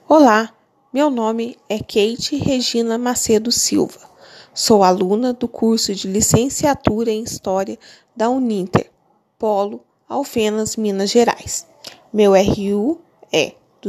Olá, meu nome é Kate Regina Macedo Silva. Sou aluna do curso de Licenciatura em História da Uninter, Polo Alfenas, Minas Gerais. Meu RU é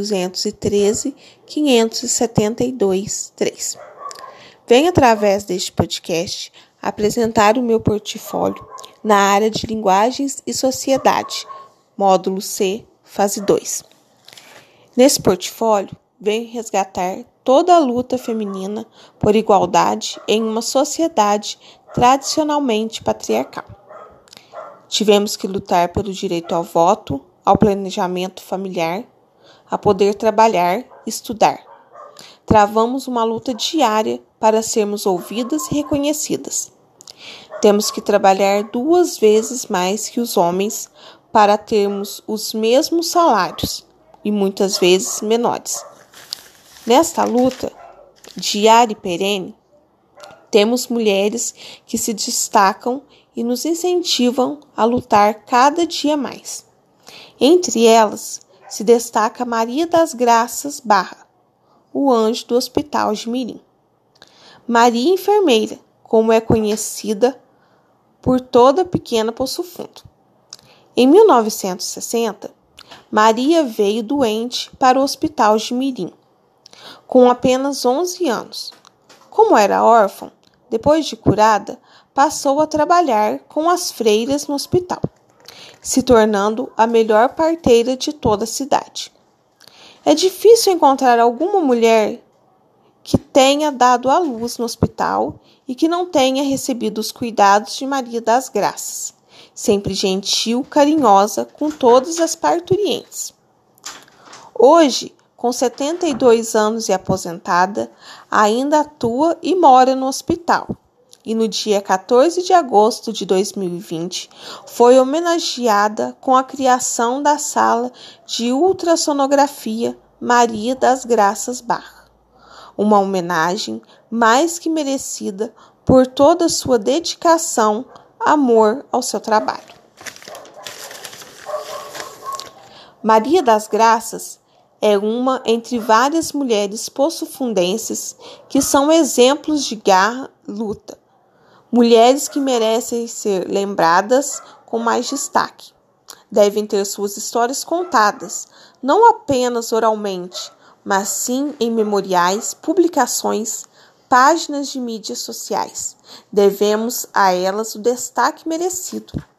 213-572-3. Venho, através deste podcast, apresentar o meu portfólio na área de Linguagens e Sociedade, módulo C, fase 2. Nesse portfólio, venho resgatar toda a luta feminina por igualdade em uma sociedade tradicionalmente patriarcal. Tivemos que lutar pelo direito ao voto, ao planejamento familiar, a poder trabalhar e estudar. Travamos uma luta diária para sermos ouvidas e reconhecidas. Temos que trabalhar 2 vezes mais que os homens para termos os mesmos salários e muitas vezes menores. Nesta luta diária e perene, temos mulheres que se destacam e nos incentivam a lutar cada dia mais. Entre elas, se destaca Maria das Graças Barra, o anjo do Hospital de Mirim. Maria Enfermeira, como é conhecida por toda a pequena Poço Fundo. Em 1960, Maria veio doente para o Hospital de Mirim, com apenas 11 anos. Como era órfã, depois de curada, passou a trabalhar com as freiras no hospital, se tornando a melhor parteira de toda a cidade. É difícil encontrar alguma mulher que tenha dado à luz no hospital e que não tenha recebido os cuidados de Maria das Graças, sempre gentil, carinhosa com todas as parturientes. Hoje, com 72 anos e aposentada, ainda atua e mora no hospital. E no dia 14 de agosto de 2020, foi homenageada com a criação da sala de ultrassonografia Maria das Graças Barra. Uma homenagem mais que merecida por toda a sua dedicação, amor ao seu trabalho. Maria das Graças é uma entre várias mulheres poçofundenses que são exemplos de garra e luta. Mulheres que merecem ser lembradas com mais destaque. Devem ter suas histórias contadas, não apenas oralmente, mas sim em memoriais, publicações, páginas de mídias sociais. Devemos a elas o destaque merecido.